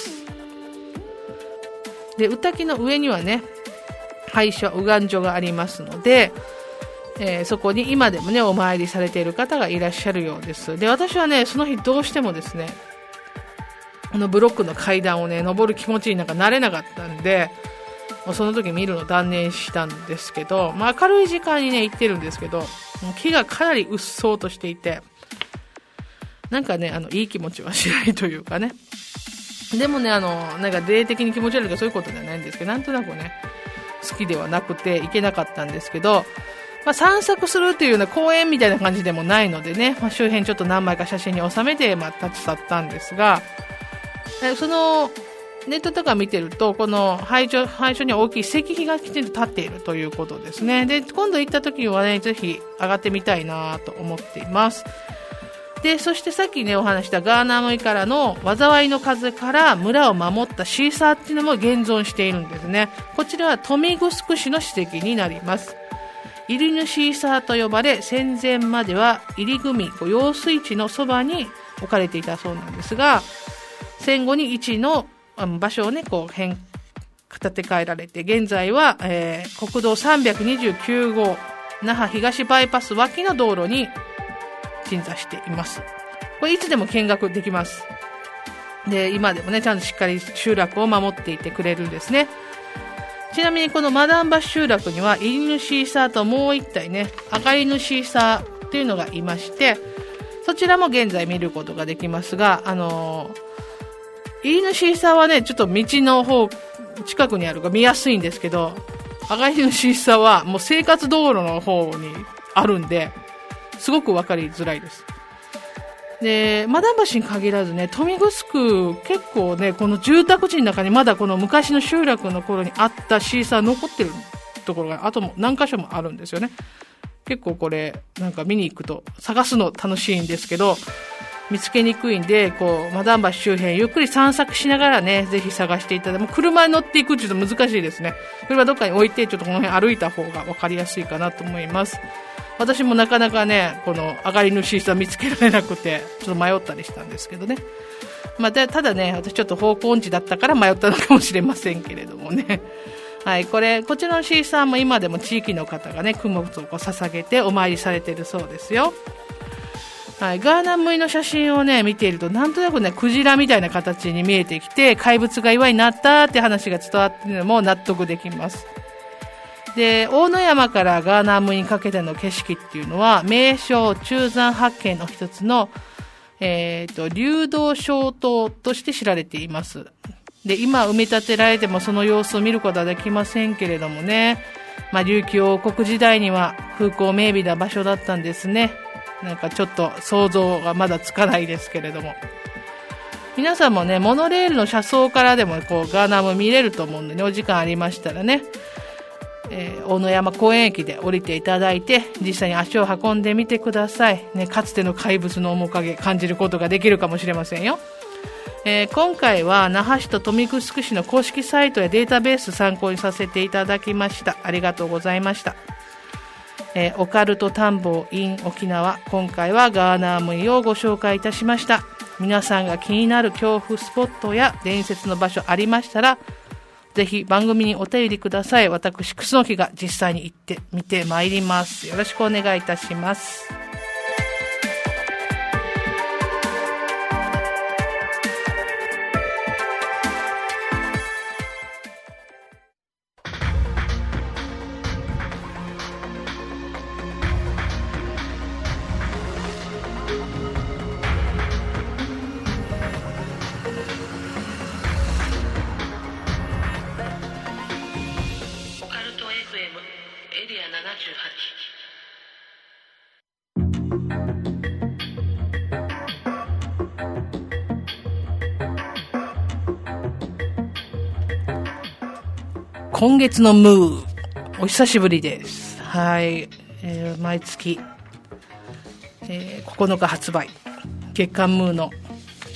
[SPEAKER 1] で、御嶽の上にはね、拝所、右岸所がありますので、えー、そこに今でもね、お参りされている方がいらっしゃるようです。で、私はね、その日どうしてもですね、あのブロックの階段をね、登る気持ちになんかなれなかったんで、もうその時見るの断念したんですけど、まあ明るい時間にね、行ってるんですけど、木がかなりうっそうとしていて、なんかね、あの、いい気持ちはしないというかね。でもね、あの、なんか霊的に気持ち悪いとかそういうことではないんですけど、なんとなくね、好きではなくて行けなかったんですけど、まあ、散策するというような公園みたいな感じでもないのでね、まあ、周辺ちょっと何枚か写真に収めて、まあ、立ち去ったんですが、えそのネットとか見てると、この拝所、拝所には大きい石碑がきちんと立っているということですね。で、今度行った時はね、ぜひ上がってみたいなと思っています。で、そしてさっきね、お話したガーナムイからの災いの風から村を守ったシーサーっていうのも現存しているんですね。こちらは豊見城市の史跡になります。入り主シーサーと呼ばれ、戦前までは入り組用水池のそばに置かれていたそうなんですが、戦後に位置の場所をね、こう変建て替えられて、現在は、えー、国道さんびゃくにじゅうきゅうごう那覇東バイパス脇の道路に鎮座しています。これいつでも見学できます。で、今でもね、ちゃんとしっかり集落を守っていてくれるんですね。ちなみにこのマダンバ集落には入り主シーサーともう一体ね、上がり主シーサーっていうのがいまして、そちらも現在見ることができますが、あのー、入り主シーサーはね、ちょっと道の方近くにあるから見やすいんですけど、上がり主シーサーはもう生活道路の方にあるんで、すごく分かりづらいです。で、マダン橋に限らずね、豊見城結構ね、この住宅地の中にまだこの昔の集落の頃にあったシーサー残ってるところが、あとも何箇所もあるんですよね。結構これ、なんか見に行くと探すの楽しいんですけど、見つけにくいんで、こう、マダン橋周辺ゆっくり散策しながらね、ぜひ探していただいて、もう車に乗っていくっていうと難しいですね。車どっかに置いて、ちょっとこの辺歩いた方が分かりやすいかなと思います。私もなかなかね、この上がりのシーサー見つけられなくて、ちょっと迷ったりしたんですけどね。まあ、ただね、私ちょっと方向音痴だったから迷ったのかもしれませんけれどもね。はい、これ、こちらのシーサーも今でも地域の方がね、供物をこう捧げてお参りされているそうですよ。はい、ガーナムイの写真をね、見ていると、なんとなくね、クジラみたいな形に見えてきて、怪物が岩になったって話が伝わっているのも納得できます。で、大野山からガーナムイにかけての景色っていうのは、名勝中山八景の一つの、えっと、流動小島として知られています。で、今埋め立てられてもその様子を見ることはできませんけれどもね、まあ、琉球王国時代には風光明媚な場所だったんですね。なんかちょっと想像がまだつかないですけれども。皆さんもね、モノレールの車窓からでもこうガーナムイ見れると思うんでね、お時間ありましたらね、えー、大野山公園駅で降りていただいて実際に足を運んでみてください、ね、かつての怪物の面影感じることができるかもしれませんよ。えー、今回は那覇市と豊見城市の公式サイトやデータベース参考にさせていただきました。ありがとうございました。えー、オカルト探訪 in 沖縄、今回はガーナムイをご紹介いたしました。皆さんが気になる恐怖スポットや伝説の場所ありましたら、ぜひ番組にお便りください。私、楠木が実際に行ってみてまいります。よろしくお願いいたします。今月のムー、お久しぶりです。はい、えー、毎月、えー、ここのか発売、月刊ムーの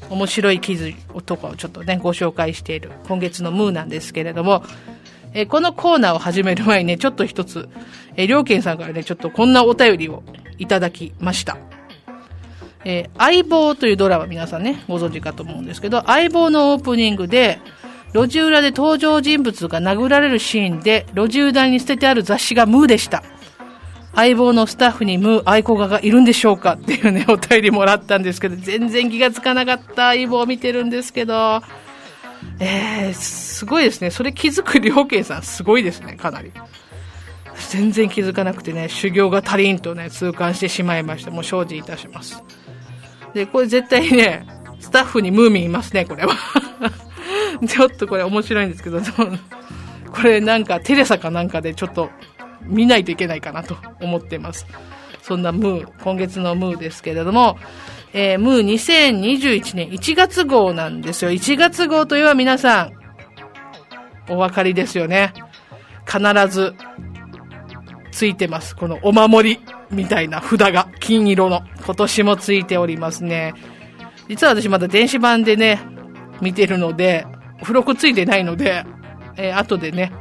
[SPEAKER 1] 面白い記事とかをちょっとね、ご紹介している今月のムーなんですけれども、えー、このコーナーを始める前にね、ちょっと一つ、えー、りょうけんさんからね、ちょっとこんなお便りをいただきました。えー、相棒というドラマ皆さんね、ご存知かと思うんですけど、相棒のオープニングで、路地裏で登場人物が殴られるシーンで、路地裏に捨ててある雑誌がムーでした。相棒のスタッフにムー愛好家がいるんでしょうかっていうね、お便りもらったんですけど、全然気がつかなかった相棒を見てるんですけど、えー、すごいですね。それ気づくりょうけんさんすごいですね、かなり。全然気づかなくてね、修行が足りんとね、痛感してしまいました。もう精進いたします。で、これ絶対ね、スタッフにムーミンいますね、これは。ちょっとこれ面白いんですけど、これなんかテレサかなんかでちょっと見ないといけないかなと思ってます。そんなムー、今月のムーですけれども、えー、ムーにせんにじゅういちねんいちがつ号なんですよ。いちがつ号といえば皆さん、お分かりですよね。必ずついてます。このお守りみたいな札が金色の今年もついておりますね。実は私まだ電子版でね、見てるので、付録ついてないので、えー、後でね、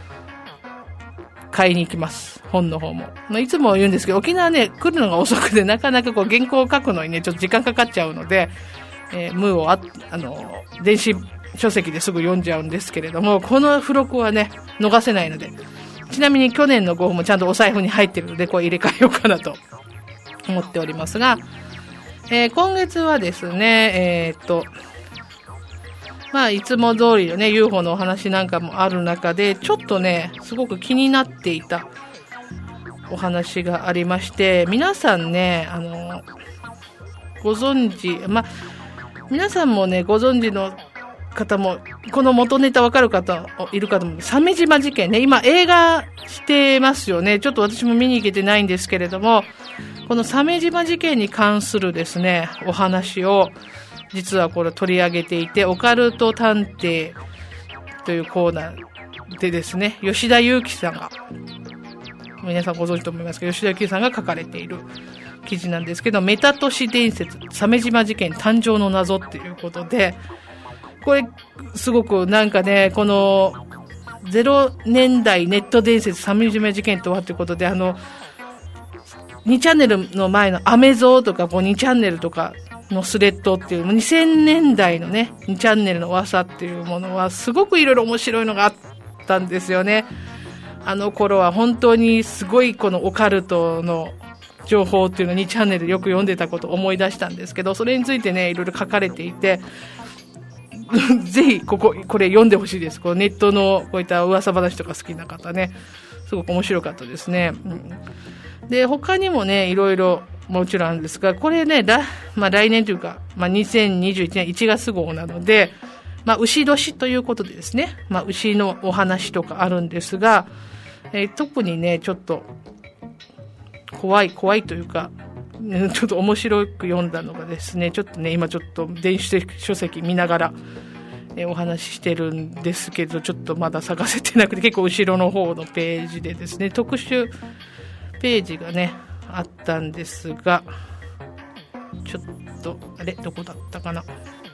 [SPEAKER 1] 買いに行きます。本の方も。まあ、いつも言うんですけど、沖縄ね、来るのが遅くて、なかなかこう原稿を書くのにね、ちょっと時間かかっちゃうので、えー、ムーをあ、あの、電子書籍ですぐ読んじゃうんですけれども、この付録はね、逃せないので、ちなみに去年の号もちゃんとお財布に入ってるので、こう入れ替えようかなと思っておりますが、えー、今月はですね、えー、っと、まあ、いつも通りのね、ユーフォー のお話なんかもある中で、ちょっとね、すごく気になっていたお話がありまして、皆さんね、あの、ご存知、まあ、皆さんもね、ご存知の方も、この元ネタわかる方いるかと思うんです。鮫島事件ね、今映画してますよね。ちょっと私も見に行けてないんですけれども、この鮫島事件に関するですね、お話を、実はこれ取り上げていて、オカルト探偵というコーナーでですね、吉田祐樹さんが、皆さんご存知と思いますけど、吉田祐樹さんが書かれている記事なんですけど、メタ都市伝説、鮫島事件誕生の謎っていうことで、これ、すごくなんかね、この、ゼロねんだいネット伝説、鮫島事件とはということで、あの、にチャンネルの前のアメゾーとか、こうにチャンネルとかのスレッドっていう、にせんねんだいのね、にチャンネルの噂っていうものは、すごくいろいろ面白いのがあったんですよね。あの頃は本当にすごいこのオカルトの情報っていうのをにチャンネルよく読んでたことを思い出したんですけど、それについてね、いろいろ書かれていて、ぜひここ、これ読んでほしいです。こうネットのこういった噂話とか好きな方ね、すごく面白かったですね。うん、で、他にもね、いろいろもちろんあるんですが、これね、来、まあ、来年というか、まあ、にせんにじゅういちねんいちがつ号なので、まあ、牛年ということでですね、まあ、牛のお話とかあるんですが、えー、特にね、ちょっと、怖い、怖いというか、ちょっと面白く読んだのがですね、ちょっとね、今ちょっと電子書籍見ながら、えー、お話ししてるんですけど、ちょっとまだ探せてなくて、結構後ろの方のページでですね、特集ページがね、あったんですが、ちょっと、あれ、どこだったかな。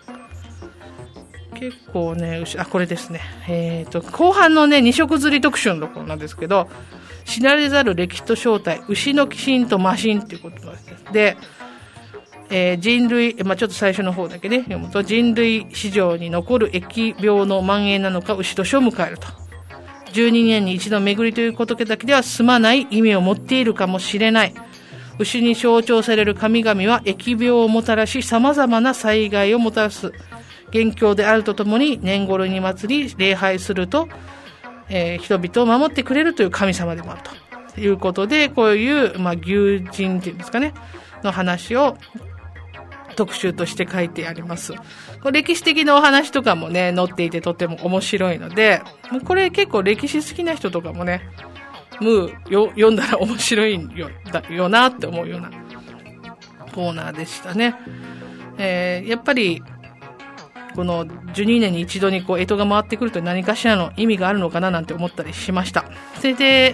[SPEAKER 1] 結構ね、あ、これですね。えっと、後半のね、二色釣り特集のところなんですけど、知られざる歴史と正体、牛の寄進とマシンっていうことなんです。で、えー、人類、まあ、ちょっと最初の方だけね、読むと、人類史上に残る疫病の蔓延なのか、牛年を迎えると。じゅうにねんに一度巡りということだけでは済まない意味を持っているかもしれない。牛に象徴される神々は疫病をもたらし、様々な災害をもたらす元凶であるとともに、年頃に祭り、礼拝すると、えー、人々を守ってくれるという神様でもあるということで、こういう、まあ、牛人っていうんですかね、の話を特集として書いてあります。これ歴史的なお話とかもね、載っていてとても面白いので、これ結構歴史好きな人とかもね、ムーよ読んだら面白いよだよなって思うようなコーナーでしたね。えー、やっぱりこのじゅうにねんに一度にこう干支が回ってくると何かしらの意味があるのかななんて思ったりしました。それで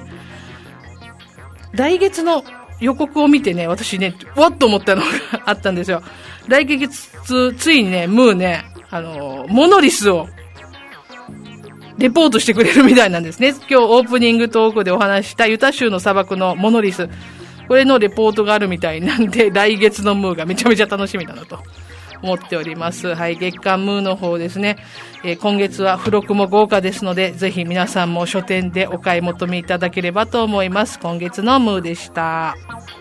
[SPEAKER 1] 来月の予告を見てね、私ね、わっと思ったのがあったんですよ。 来月、ついにね、ムーね、あの、モノリスを、レポートしてくれるみたいなんですね。今日オープニングトークでお話したユタ州の砂漠のモノリス。これのレポートがあるみたいなんで、来月のムーがめちゃめちゃ楽しみだなと思っております。はい、月刊ムーの方ですね。えー、今月は付録も豪華ですので、ぜひ皆さんも書店でお買い求めいただければと思います。今月のムーでした。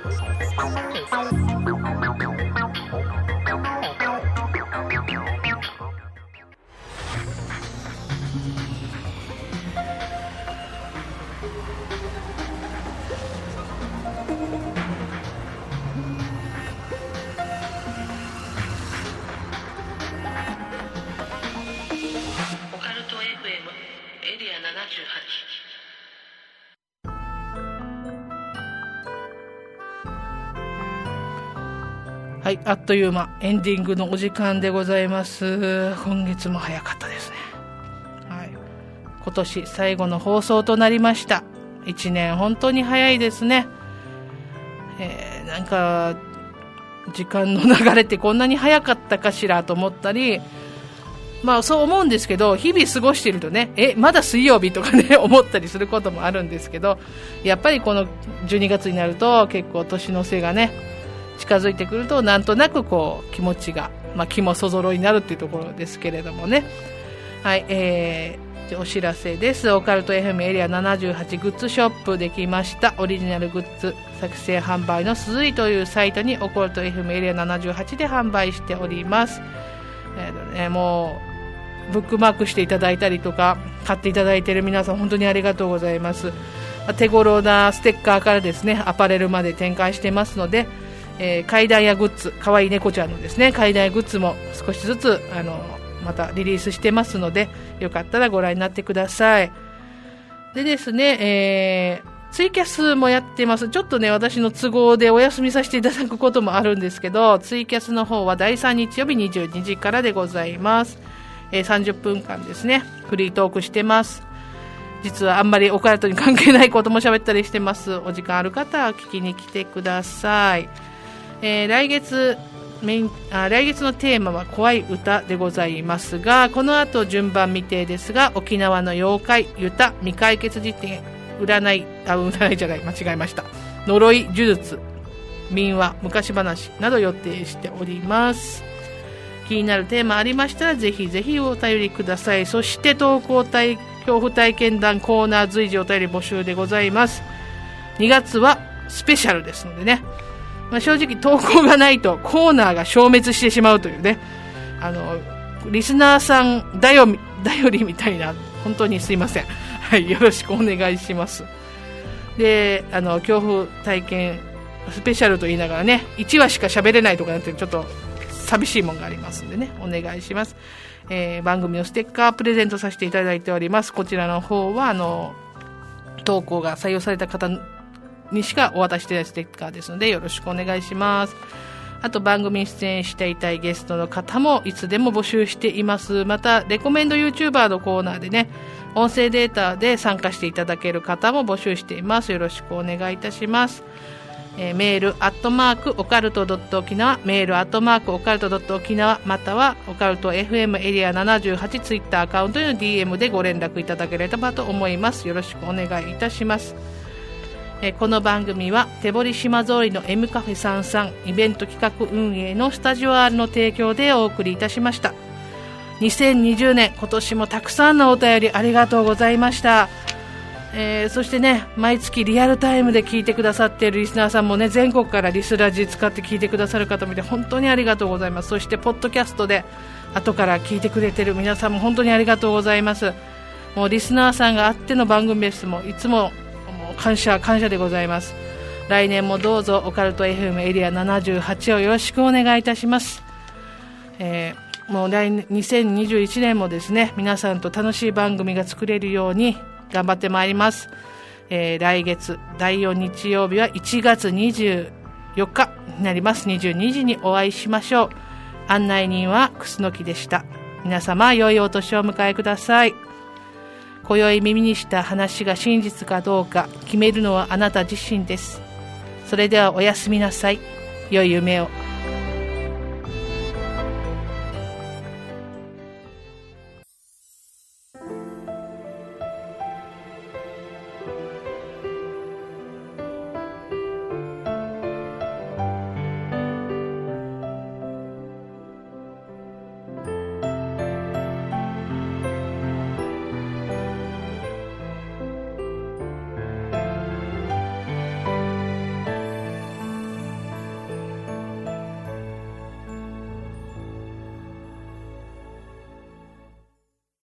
[SPEAKER 1] はい、あっという間エンディングのお時間でございます。今月も早かったですね。はい、今年最後の放送となりました。いちねん本当に早いですね。えー、なんか時間の流れってこんなに早かったかしらと思ったり、まあそう思うんですけど、日々過ごしているとね、えまだ水曜日とかね思ったりすることもあるんですけど、やっぱりこのじゅうにがつになると結構年の瀬がね近づいてくると、なんとなくこう気持ちが、まあ、気もそぞろになるっていうところですけれどもね。はい、えー、お知らせです。オカルト エフエム エリアななじゅうはちグッズショップできました。オリジナルグッズ作成販売の鈴井というサイトにオカルト エフエム エリアななじゅうはちで販売しております。えーとね、もうブックマークしていただいたりとか買っていただいている皆さん本当にありがとうございます。手頃なステッカーからですねアパレルまで展開してますので、えー、階段やグッズ、かわいい猫ちゃんのですね階段やグッズも少しずつあのまたリリースしてますので、よかったらご覧になってください。でですね、えー、ツイキャスもやってます。ちょっとね私の都合でお休みさせていただくこともあるんですけど、ツイキャスの方はだいさん日曜日にじゅうにじからでございます。えー、さんじゅっぷんかんですねフリートークしてます。実はあんまりオカルトに関係ないことも喋ったりしてます。お時間ある方は聞きに来てください。えー、来月メインあ来月のテーマは怖い歌でございますが、この後順番未定ですが、沖縄の妖怪ユタ未解決事件、占いあ占いじゃない間違えました呪い呪術民話昔話など予定しております。気になるテーマありましたらぜひぜひお便りください。そして投稿体恐怖体験談コーナー随時お便り募集でございます。にがつはスペシャルですのでね、まあ、正直投稿がないとコーナーが消滅してしまうというね、あのリスナーさんだよ頼りみたいな、本当にすいません、はい、よろしくお願いします。で、あの恐怖体験スペシャルと言いながらねいちわしか喋れないとかなってちょっと寂しいもんがありますんでね、お願いします。えー、番組のステッカープレゼントさせていただいております。こちらの方はあの投稿が採用された方にしかお渡ししてないステッカーですのでよろしくお願いします。あと番組に出演していたいゲストの方もいつでも募集しています。またレコメンド YouTuber のコーナーでね音声データで参加していただける方も募集しています。よろしくお願いいたします。えー、メールアットマークオカルトドット沖縄、メールアットマークオカルトドット沖縄、またはオカルト エフエム エリアななじゅうはちツイッターアカウントへの ディーエム でご連絡いただければと思います。よろしくお願いいたします。えー、この番組は手堀島通りの M カフェさんさんイベント企画運営のスタジオ R の提供でお送りいたしました。にせんにじゅうねん今年もたくさんのお便りありがとうございました。えー、そしてね毎月リアルタイムで聞いてくださっているリスナーさんもね全国からリスラジ使って聞いてくださる方もいて本当にありがとうございます。そしてポッドキャストで後から聞いてくれている皆さんも本当にありがとうございます。もうリスナーさんがあっての番組ですもいつももう感謝感謝でございます。来年もどうぞオカルト エフエム エリアななじゅうはちをよろしくお願いいたします。えー、もう来年にせんにじゅういちねんもですね皆さんと楽しい番組が作れるように頑張ってまいります。えー、来月だいよん日曜日はいちがつにじゅうよっかになります。にじゅうにじにお会いしましょう。案内人は楠木でした。皆様良いお年をお迎えください。今宵耳にした話が真実かどうか決めるのはあなた自身です。それではおやすみなさい。良い夢を。